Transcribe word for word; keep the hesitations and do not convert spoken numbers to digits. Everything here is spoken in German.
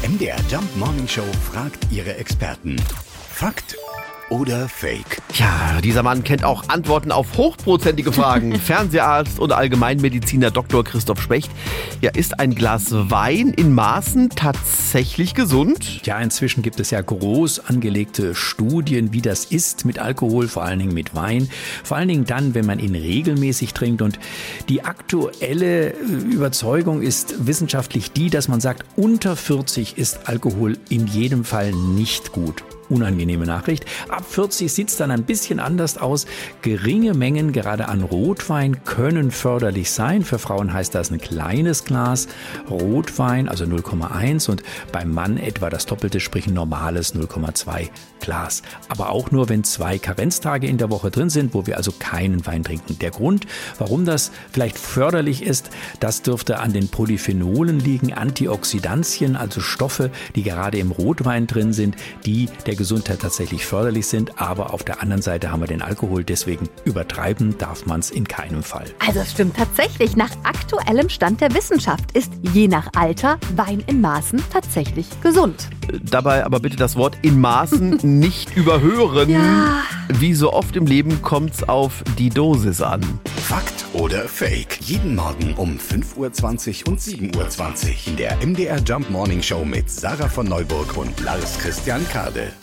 M D R Jump Morning Show fragt ihre Experten. Fakt oder Fake? Ja, dieser Mann kennt auch Antworten auf hochprozentige Fragen. Fernseharzt und Allgemeinmediziner Doktor Christoph Specht. Ja, ist ein Glas Wein in Maßen tatsächlich gesund? Ja, inzwischen gibt es ja groß angelegte Studien, wie das ist mit Alkohol, vor allen Dingen mit Wein. Vor allen Dingen dann, wenn man ihn regelmäßig trinkt. Und die aktuelle Überzeugung ist wissenschaftlich die, dass man sagt, unter vierzig ist Alkohol in jedem Fall nicht gut. Unangenehme Nachricht. Ab vierzig sieht es dann ein bisschen anders aus. Geringe Mengen, gerade an Rotwein, können förderlich sein. Für Frauen heißt das ein kleines Glas Rotwein, also null Komma eins, und beim Mann etwa das Doppelte, sprich ein normales null Komma zwei Glas. Aber auch nur, wenn zwei Karenztage in der Woche drin sind, wo wir also keinen Wein trinken. Der Grund, warum das vielleicht förderlich ist, das dürfte an den Polyphenolen liegen, Antioxidantien, also Stoffe, die gerade im Rotwein drin sind, die der Gesundheit tatsächlich förderlich sind, aber auf der anderen Seite haben wir den Alkohol, deswegen übertreiben darf man es in keinem Fall. Also es stimmt tatsächlich, nach aktuellem Stand der Wissenschaft ist je nach Alter Wein in Maßen tatsächlich gesund. Dabei aber bitte das Wort in Maßen nicht überhören. Ja. Wie so oft im Leben kommt's auf die Dosis an. Fakt oder Fake? Jeden Morgen um fünf Uhr zwanzig und sieben Uhr zwanzig in der M D R Jump Morning Show mit Sarah von Neuburg und Lars Christian Kade.